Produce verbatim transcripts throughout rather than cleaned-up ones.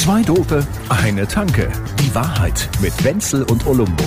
Zwei Dope, eine Tanke. Die Wahrheit mit Wenzel und Olumbo.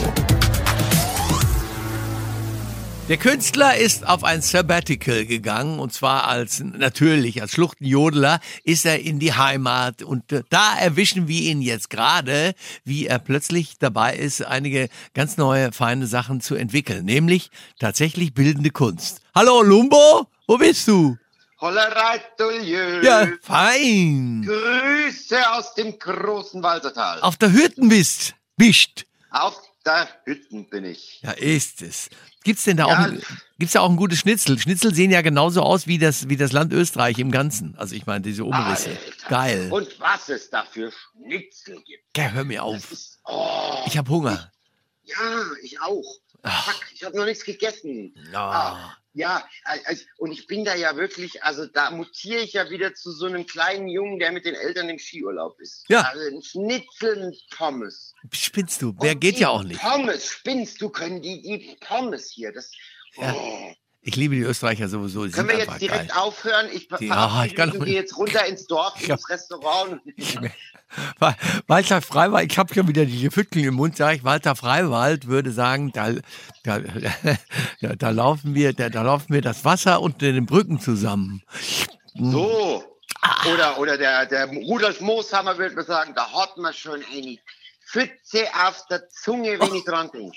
Der Künstler ist auf ein Sabbatical gegangen und zwar als, natürlich, als Schluchtenjodler ist er in die Heimat und da erwischen wir ihn jetzt gerade, wie er plötzlich dabei ist, einige ganz neue, feine Sachen zu entwickeln, nämlich tatsächlich bildende Kunst. Hallo Olumbo, wo bist du? Hollereituljö. Ja, fein. Grüße aus dem großen Walsertal. Auf der Hütten bist, bist. Auf der Hütten bin ich. Ja, ist es. Gibt's denn da Ja. auch, ein, gibt's da auch ein gutes Schnitzel? Schnitzel sehen ja genauso aus wie das, wie das Land Österreich im Ganzen. Also ich meine, diese Umrisse. Alter. Geil. Und was es da für Schnitzel gibt. Ja, hör mir auf. Das ist, oh, Ich hab Hunger. ja, ich auch. Fuck, ich habe noch nichts gegessen. Ah. Ah, ja, also, und ich bin da ja wirklich, also da mutiere ich ja wieder zu so einem kleinen Jungen, der mit den Eltern im Skiurlaub ist. Ja. Also ein Schnitzel mit Pommes. Spinnst du? Wer Und geht die ja auch nicht. Pommes, spinnst du, können die, die Pommes hier, das, Ja. oh. Ich liebe die Österreicher sowieso. Die Können sind wir einfach jetzt direkt geil. aufhören? Ich Die- verabschiede Ah, ich kann mich und doch- gehe jetzt runter ins Dorf, Ich hab- ins Restaurant. Wa- Walter Freiwald, ich habe schon wieder die Viertel im Mund, sage ich, Walter Freiwald würde sagen, da, da, da, da laufen wir, da, da laufen wir das Wasser unter den Brücken zusammen. So. Oder, oder der, der Rudolf Mooshammer würde mir sagen, da hat man schon eine Pfütze auf der Zunge, wenn ich dran denke.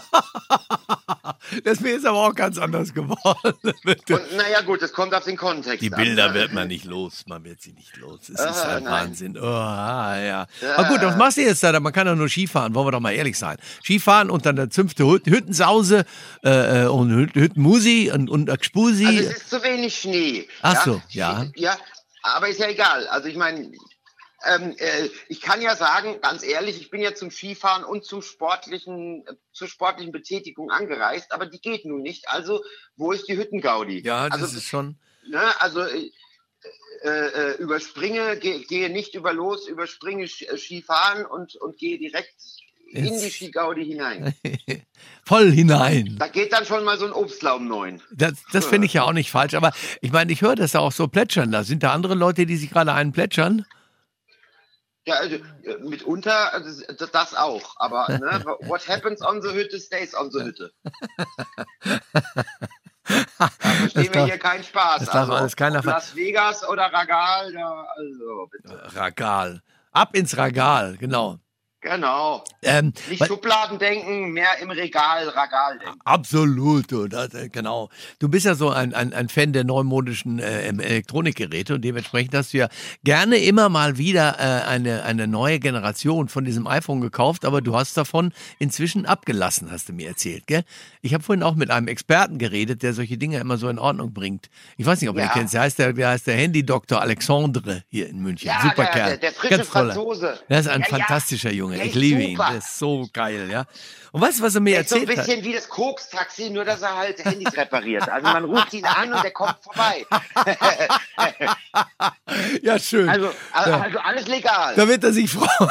Das mir ist aber auch ganz anders geworden. Und naja gut, das kommt auf den Kontext Die an, Bilder ne? wird man nicht los, man wird sie nicht los. Es ist Ah, halt nein. Wahnsinn. Oh, ah, ja. Ja. Aber gut, was machst du jetzt da? Man kann doch nur Skifahren, wollen wir doch mal ehrlich sein. Skifahren und dann der zünfte Hüt- Hüttensause äh, äh, und Hüt- Hüttenmusi und, und Gspusi. Also es ist zu wenig Schnee. Ach so, ja. Schnee- Ja, aber ist ja egal. Also ich meine, ähm, äh, ich kann ja sagen, ganz ehrlich, ich bin ja zum Skifahren und zum sportlichen, äh, zur sportlichen Betätigung angereist, aber die geht nun nicht. Also wo ist die Hüttengaudi? Ja, das also, ist schon. Ne, also äh, äh, überspringe, gehe, gehe nicht über los, überspringe Sch- äh, Skifahren und, und gehe direkt in Jetzt. die Skigaudi hinein. Voll hinein. Da geht dann schon mal so ein Obstlaum neun. Das, das finde ich ja auch nicht falsch. Aber ich meine, ich höre das da auch so plätschern. Da sind da andere Leute, die sich gerade einen plätschern. Ja, also äh, mitunter also, das das auch. Aber ne, what happens on the Hütte stays on the Hütte. Da verstehen wir darf- hier keinen Spaß. das darf alles keiner ob ver- Las Vegas oder Ragal, da, also bitte. Ragal. Ab ins Ragal, genau. Genau. Ähm, Nicht weil- Schubladen denken, mehr im Regal, Ragal denken. Absolut, du, das, äh, genau. Du bist ja so ein, ein, ein Fan der neumodischen äh, Elektronikgeräte und dementsprechend hast du ja gerne immer mal wieder äh, eine, eine neue Generation von diesem iPhone gekauft, aber du hast davon inzwischen abgelassen, hast du mir erzählt, gell? Ich habe vorhin auch mit einem Experten geredet, der solche Dinge immer so in Ordnung bringt. Ich weiß nicht, ob du Ja. ihn kennst. Der heißt der, der heißt der Handy-Doktor Alexandre hier in München. Ja, Super der, Kerl. der, der frische Ganz toller. Franzose. Der ist ein Ja, ja. fantastischer Junge. Der Ich ist liebe ihn. super. Der ist so geil, ja. Und weißt du, was er mir Der ist so ein erzählt hat? bisschen wie das Koks-Taxi, nur dass er halt Handys repariert. Also man ruft ihn an und der kommt vorbei. Ja, schön. Also, also, Ja. also alles legal. Da wird er sich freuen.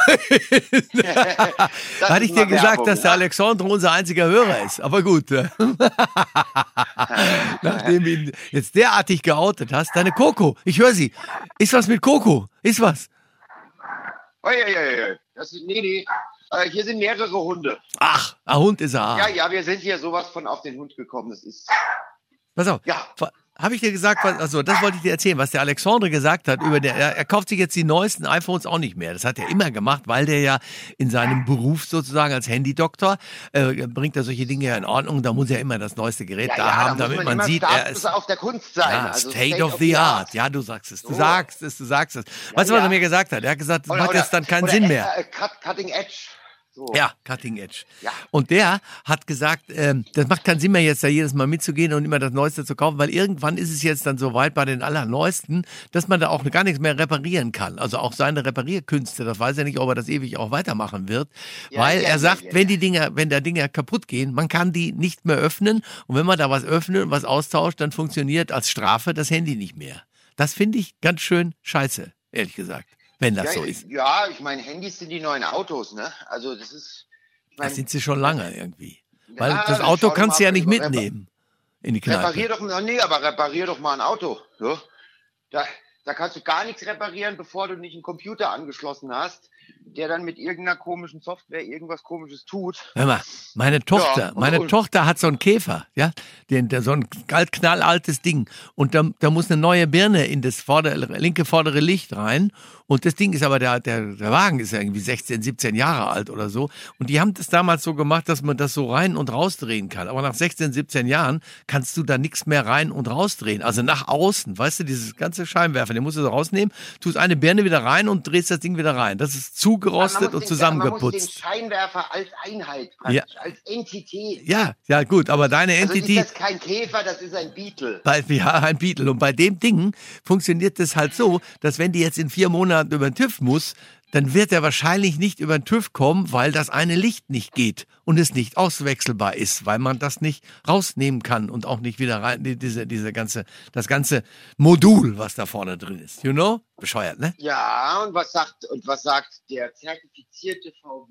Das Hatte ist ich dir mal gesagt, Werbung, dass der ja. Alexandre unser einziger Hörer ist. Aber gut. äh. Nachdem du ihn jetzt derartig geoutet hast. Deine Coco, ich höre sie. Ist was mit Coco? Ist was? Ui, ui, ui, ui. Das ist, nee, nee. Äh, hier sind mehrere Hunde. Ach, ein Hund ist er. Ja, ja, wir sind hier sowas von auf den Hund gekommen. Das ist. Pass auf. Ja. Habe ich dir gesagt, was, also das wollte ich dir erzählen, was der Alexandre gesagt hat über der, er, er kauft sich jetzt die neuesten iPhones auch nicht mehr. Das hat er immer gemacht, weil der ja in seinem Beruf sozusagen als Handydoktor äh, bringt er solche Dinge ja in Ordnung. Da muss er immer das neueste Gerät Ja, da ja, haben, da muss damit man man immer sieht, stark er ist auf der Kunst sein. ja, Also State of the Art. Ja, du sagst es. Du So. sagst es, du sagst es. Weißt du, was ja. er mir gesagt hat? Er hat gesagt, das Oder- macht oder- jetzt dann keinen oder, Sinn äh, mehr. Äh, cut, cutting Edge. So. Ja, Cutting Edge. Ja. Und der hat gesagt, ähm, das macht keinen Sinn mehr jetzt da jedes Mal mitzugehen und immer das Neueste zu kaufen, weil irgendwann ist es jetzt dann so weit bei den allerneuesten, dass man da auch gar nichts mehr reparieren kann. Also auch seine Reparierkünste, das weiß er nicht, ob er das ewig auch weitermachen wird, Ja, weil ja, er ja, sagt, ja, wenn ja. die Dinger, wenn da Dinger kaputt gehen, man kann die nicht mehr öffnen und wenn man da was öffnet und was austauscht, dann funktioniert als Strafe das Handy nicht mehr. Das finde ich ganz schön scheiße, ehrlich gesagt, wenn das Ja, so ist. ja, ich meine, Handys sind die neuen Autos, ne? Also das ist. Ich mein, Das sind sie schon lange irgendwie. Weil Ja, das dann Auto schau doch kannst du mal ja nicht über- mitnehmen in die Kneipe. reparier doch mal, nee, aber reparier doch mal ein Auto. Ja? Da, Da kannst du gar nichts reparieren, bevor du nicht einen Computer angeschlossen hast, der dann mit irgendeiner komischen Software irgendwas Komisches tut. Hör mal, meine Tochter, Ja, und- meine und- Tochter hat so einen Käfer, ja, den, der, so ein kalt- knallaltes Ding. Und da, da muss eine neue Birne in das vordere, linke vordere Licht rein. Und das Ding ist aber, der, der, der Wagen ist ja irgendwie sechzehn, siebzehn Jahre alt oder so. Und die haben das damals so gemacht, dass man das so rein und rausdrehen kann. Aber nach sechzehn, siebzehn Jahren kannst du da nichts mehr rein und rausdrehen. Also nach außen, weißt du, dieses ganze Scheinwerfer, den musst du so rausnehmen, tust eine Birne wieder rein und drehst das Ding wieder rein. Das ist zugerostet Man und muss den- Man muss den zusammengeputzt. Scheinwerfer als Einheit praktisch, als Entität. Ja, ja, gut, aber deine Also Entity. ist das kein Käfer, das ist ein Beetle. Bei, ja, ein Beetle. Und bei dem Ding funktioniert das halt so, dass wenn die jetzt in vier Monaten über den TÜV muss, dann wird er wahrscheinlich nicht über den TÜV kommen, weil das eine Licht nicht geht und es nicht auswechselbar ist, weil man das nicht rausnehmen kann und auch nicht wieder rein, die- diese, diese ganze, das ganze Modul, was da vorne drin ist. You know? Bescheuert, ne? Ja, und was sagt, und was sagt der zertifizierte V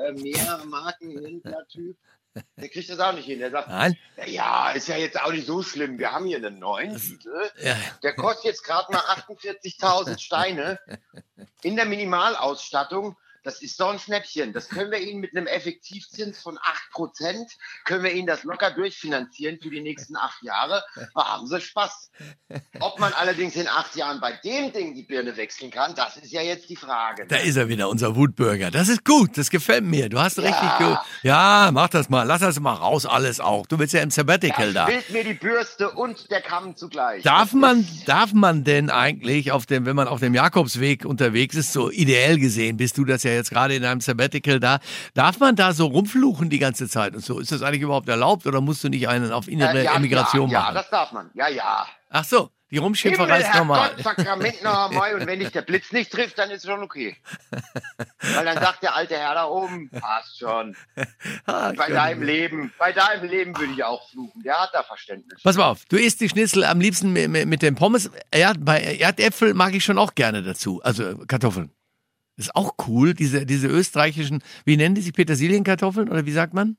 W-Mehrmarkenhändler-Typ? Der kriegt das auch nicht hin. Der sagt, Nein? ja, ist ja jetzt auch nicht so schlimm. Wir haben hier einen neuen Beetle. Ja. Der kostet jetzt gerade mal achtundvierzigtausend Steine in der Minimalausstattung. Das ist doch ein Schnäppchen. Das können wir Ihnen mit einem Effektivzins von acht Prozent, können wir Ihnen das locker durchfinanzieren für die nächsten acht Jahre. Da haben Sie Spaß. Ob man allerdings in acht Jahren bei dem Ding die Birne wechseln kann, das ist ja jetzt die Frage. Da ist er wieder, unser Wutbürger. Das ist gut, das gefällt mir. Du hast Ja. richtig gut. Ja, mach das mal. Lass das mal raus, alles auch. Du bist ja im Sabbatical Da da. fehlt mir die Bürste und der Kamm zugleich. Darf Das man, ist- darf man denn eigentlich, auf dem, wenn man auf dem Jakobsweg unterwegs ist, so ideell gesehen, bist du das ja jetzt gerade in einem Sabbatical da, darf man da so rumfluchen die ganze Zeit und so? Ist das eigentlich überhaupt erlaubt oder musst du nicht einen auf innere Äh, ja, Emigration ja, machen? Ja, das darf man. Ja, ja. Ach so, die Rumschimpferei Himmel, ist normal. Herrgott, Sakrament noch einmal. Und wenn dich der Blitz nicht trifft, dann ist schon okay. Weil dann sagt der alte Herr da oben, passt schon. Ah, Bei ich deinem kann- Leben, bei deinem Leben würde ich auch fluchen. Der hat da Verständnis. Pass mal auf, du isst die Schnitzel am liebsten mit, mit, mit den Pommes. Erd, bei Erdäpfel mag ich schon auch gerne dazu, also Kartoffeln. Ist auch cool, diese, diese österreichischen, wie nennen die sich, Petersilienkartoffeln oder wie sagt man?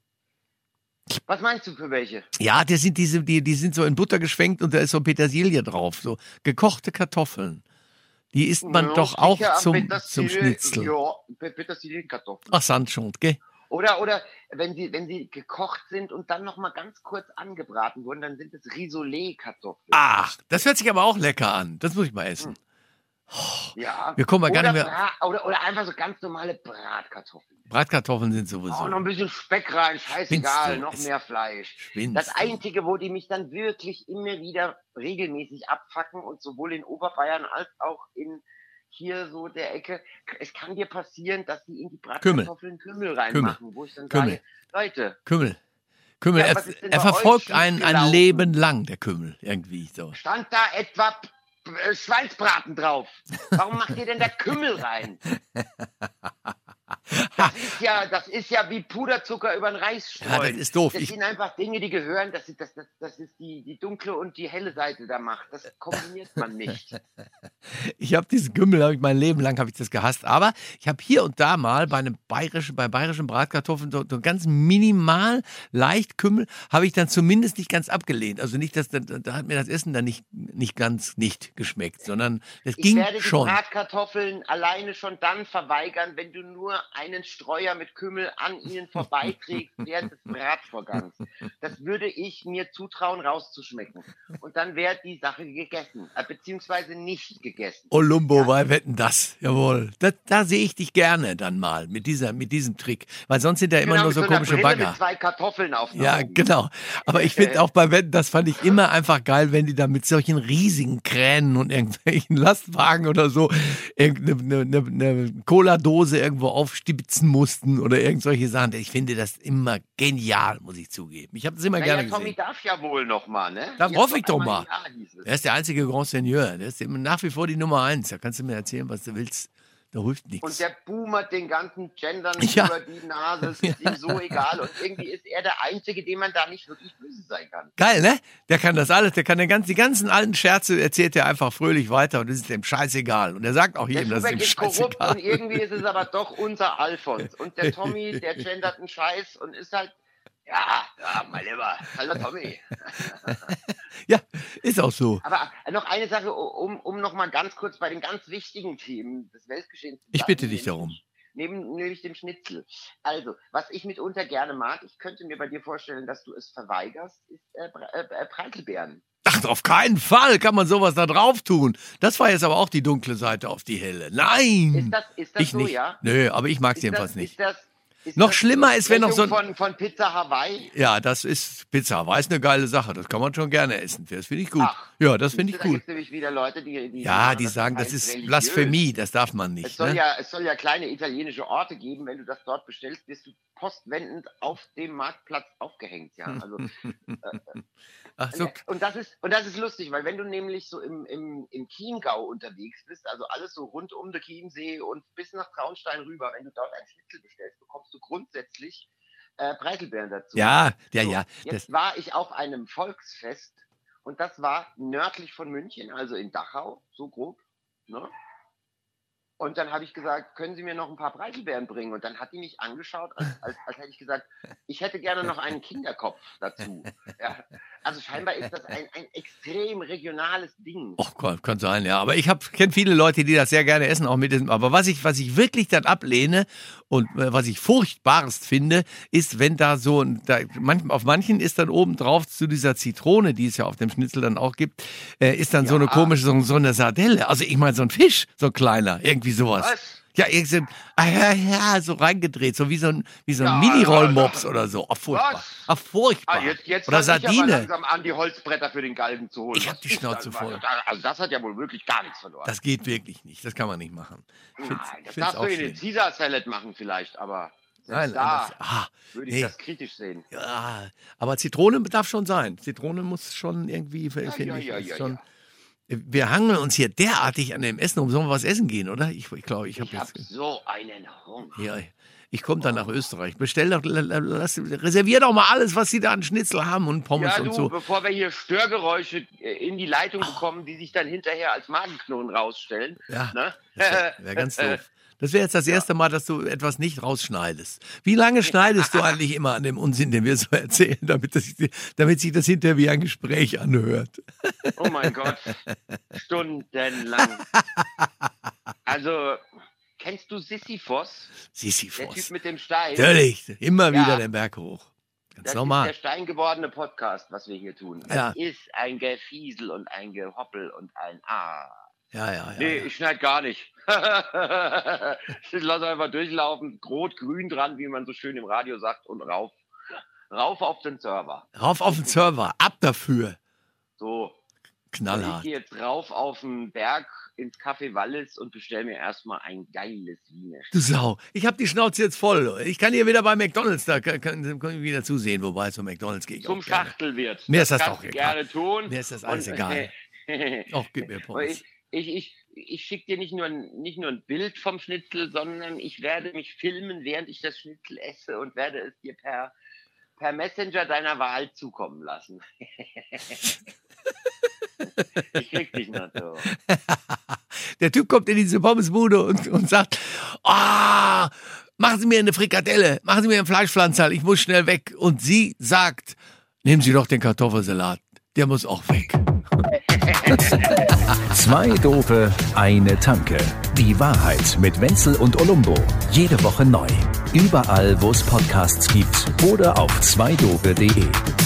Was meinst du für welche? Ja, das sind diese, die, die sind so in Butter geschwenkt und da ist so Petersilie drauf, so gekochte Kartoffeln. Die isst man Ja, doch auch sicher, zum, Petersilie- zum Schnitzel. Ja, Pe- Petersilienkartoffeln. Ach, Sandschont, gell? Oder, oder wenn sie, wenn sie gekocht sind und dann noch mal ganz kurz angebraten wurden, dann sind es Rissolet-Kartoffeln. Ach, das hört sich aber auch lecker an. Das muss ich mal essen. Ja. Wir kommen mal gar oder, nicht mehr- Bra- oder, oder einfach so ganz normale Bratkartoffeln. Bratkartoffeln sind Auch noch sowieso. ein bisschen Speck rein, scheißegal, Spinnst du? noch Ist- mehr Fleisch. Spinnst Das du? Einzige, wo die mich dann wirklich immer wieder regelmäßig abfacken und sowohl in Oberbayern als auch in hier so der Ecke, es kann dir passieren, dass sie in die Bratkartoffeln Kümmel, reinmachen, wo ich dann Kümmel. sage, Leute, Kümmel. Kümmel, Ja, er, was ist denn er bei verfolgt euch einen ein schiefgelaufen? Leben lang, der Kümmel, irgendwie so. stand da etwa äh, Schweinsbraten drauf? Warum macht ihr denn da Kümmel rein? Das ist ja, das ist ja wie Puderzucker über den Reis streuen. Ja, das ist doof. Das Ich- sind einfach Dinge, die gehören, das ist, das, das, das ist die, die dunkle und die helle Seite der Macht. Das kombiniert man nicht. Ich habe diesen Kümmel, hab ich mein Leben lang habe ich das gehasst. Aber ich habe hier und da mal bei einem bayerischen, bei bayerischen Bratkartoffeln so, so ganz minimal leicht Kümmel, habe ich dann zumindest nicht ganz abgelehnt. Also nicht, dass da, da hat mir das Essen dann nicht, nicht ganz nicht geschmeckt, sondern es Ich ging werde die schon. Bratkartoffeln alleine schon dann verweigern, wenn du nur einen Streuer mit Kümmel an ihnen vorbeiträgst während des Bratvorgangs. Das würde ich mir zutrauen, rauszuschmecken. Und dann wäre die Sache gegessen, äh, beziehungsweise nicht gegessen. Olumbo, bei Wetten, das, jawohl. Da, da sehe ich dich gerne dann mal mit dieser, mit diesem Trick. Weil sonst sind ja immer Genau, nur mit so einer komische Brille Bagger. mit zwei Kartoffeln auf den Ja, Augen. genau. Aber ich finde auch bei Wetten, das fand ich immer einfach geil, wenn die da mit solchen riesigen Kränen und irgendwelchen Lastwagen oder so irgendeine eine, eine Cola-Dose irgendwo aufstibitzen mussten oder irgend solche Sachen. Ich finde das immer genial, muss ich zugeben. Ich habe das immer Naja, gerne Tommy gesehen. darf ja wohl noch mal, ne? Da Jetzt hoffe auf ich doch einmal mal. Ja, hieß es. Er ist der einzige Grand Seigneur. Der ist nach wie vor die Nummer eins. Da kannst du mir erzählen, was du willst. Da hilft nichts. Und der boomert den ganzen Gendern Ja. über die Nase. Es ist ihm so egal. Und irgendwie ist er der Einzige, dem man da nicht wirklich böse sein kann. Geil, ne? Der kann das alles, der kann den ganzen, die ganzen alten Scherze erzählt er einfach fröhlich weiter und es ist dem scheißegal. Und er sagt auch Der jedem, dass es ihm ist korrupt scheißegal und irgendwie ist es aber doch unser Alfons. Und der Tommy, der gendert einen Scheiß und ist halt, Ja, ja, mein Lieber. Hallo Tommy. Ja, ist auch so. Aber noch eine Sache, um, um noch mal ganz kurz bei den ganz wichtigen Themen des Weltgeschehens zu Ich bleiben, bitte dich darum. Neben nämlich dem Schnitzel. Also, was ich mitunter gerne mag, ich könnte mir bei dir vorstellen, dass du es verweigerst, ist äh, äh, Preiselbeeren. Ach, auf keinen Fall kann man sowas da drauf tun. Das war jetzt aber auch die dunkle Seite auf die helle. Nein! Ist das, ist das ich so, nicht. ja? Nö, aber ich mag es Ist jedenfalls das, nicht. Ist das, ist Noch das schlimmer ist, wenn noch so ein... Von, von Pizza Hawaii? Ja, das ist Pizza Hawaii, ist eine geile Sache. Das kann man schon gerne essen. Das finde ich gut. Ach, ja, das finde ich Da cool. gibt es nämlich wieder Leute, die... die Ja, die das sagen, das heißt ist religiös. Blasphemie, das darf man Es nicht. soll, Ne? ja, es soll ja kleine italienische Orte geben. Wenn du das dort bestellst, wirst du postwendend auf dem Marktplatz aufgehängt. Ja, also... äh, Ach so. Und das ist, und das ist lustig, weil wenn du nämlich so im, im, im Chiemgau unterwegs bist, also alles so rund um den Chiemsee und bis nach Traunstein rüber, wenn du dort ein Schnitzel bestellst, bekommst du grundsätzlich äh, Preiselbeeren dazu. Ja, ja, so, ja. Jetzt Das, war ich auf einem Volksfest und das war nördlich von München, also in Dachau, so grob. Ne? Und dann habe ich gesagt, können Sie mir noch ein paar Preiselbeeren bringen? Und dann hat die mich angeschaut, als, als, als hätte ich gesagt, ich hätte gerne noch einen Kinderkopf dazu. Ja. Also scheinbar ist das ein, ein extrem regionales Ding. oh, kann, kann sein, ja. Aber ich kenne viele Leute, die das sehr gerne essen, auch mit diesem. Aber was ich, was ich wirklich dann ablehne und äh, was ich furchtbarst finde, ist, wenn da so, da, manch, auf manchen ist dann oben drauf zu dieser Zitrone, die es ja auf dem Schnitzel dann auch gibt, äh, ist dann Ja. so eine komische, so, so eine Sardelle. Also ich meine, so ein Fisch, so ein kleiner, irgendwie sowas. Was? Ja, irgendwie, ah, ja, ja, so reingedreht, so wie so ein, wie so ein Ja, Mini-Rollmops oder so. Ach, furchtbar. Was? Ach, furchtbar. Ah, jetzt jetzt oder fang ich aber Sardine. langsam an, die Holzbretter für den Galgen zu holen. Ich hab Was die ist Schnauze das? voll. Also das hat ja wohl wirklich gar nichts verloren. Das geht wirklich nicht. Das kann man nicht machen. Ich find's, Nein, das find's darfst auch du in den schlimm. Caesar Salad machen vielleicht, aber Nein, selbst da das, ah, würde ich nee. das kritisch sehen. Ja, aber Zitrone darf schon sein. Zitrone muss schon irgendwie, finde ja, ich, ja, ist ja, schon. ja. Wir hangeln uns hier derartig an dem Essen um. Sollen wir was essen gehen, oder? Ich glaube, ich, glaub, ich habe Ich habe jetzt. so einen Hunger. Ja, ich komme dann nach Österreich. Bestell doch, lass, reservier doch mal alles, was Sie da an Schnitzel haben und Pommes Ja, und du, so. bevor wir hier Störgeräusche äh, in die Leitung bekommen, die sich dann hinterher als Magenknurren rausstellen. Ja, Ne? das wäre wär ganz doof. Das wäre jetzt das erste Mal, dass du etwas nicht rausschneidest. Wie lange schneidest du eigentlich immer an dem Unsinn, den wir so erzählen, damit, das, damit sich das hinterher wie ein Gespräch anhört? Oh mein Gott, stundenlang. Also, kennst du Sisyphos? Der Sisyphos. Typ mit dem Stein? Natürlich, immer Ja. wieder den Berg hoch. Ganz Das normal. ist der steingewordene Podcast, was wir hier tun. Ja. Das ist ein Gefiesel und ein Gehoppel und ein Ah. Ja, ja, ja. Nee, ja. ich schneide gar nicht. Ich lasse einfach durchlaufen, rot, grün dran, wie man so schön im Radio sagt, und rauf. Rauf auf den Server. Rauf auf den Server, ab dafür. So. Ich Knallhart. gehe jetzt rauf auf den Berg ins Café Wallis und bestelle mir erstmal ein geiles Wiener. Du Sau, ich hab die Schnauze jetzt voll. Ich kann hier wieder bei McDonalds, da kann, kann, kann ich wieder zusehen, wobei zum McDonalds gehe ich Zum auch gerne. Schachtelwirt. Mir ist das kannst doch du egal. gerne tun. Mir ist das alles Und, egal. äh, Ach, gib mir Pommes. Ich, ich, ich, ich schicke dir nicht nur, ein, nicht nur ein Bild vom Schnitzel, sondern ich werde mich filmen, während ich das Schnitzel esse und werde es dir per, per Messenger deiner Wahl zukommen lassen. Ich krieg dich noch so. Der Typ kommt in diese Pommesbude und, und sagt, ah, machen Sie mir eine Frikadelle, machen Sie mir einen Fleischpflanzerl, ich muss schnell weg. Und sie sagt, nehmen Sie doch den Kartoffelsalat, der muss auch weg. Zwei Doofe, eine Tanke. Die Wahrheit mit Wenzel und Olumbo. Jede Woche neu. Überall, wo es Podcasts gibt oder auf zwei doofe punkt de.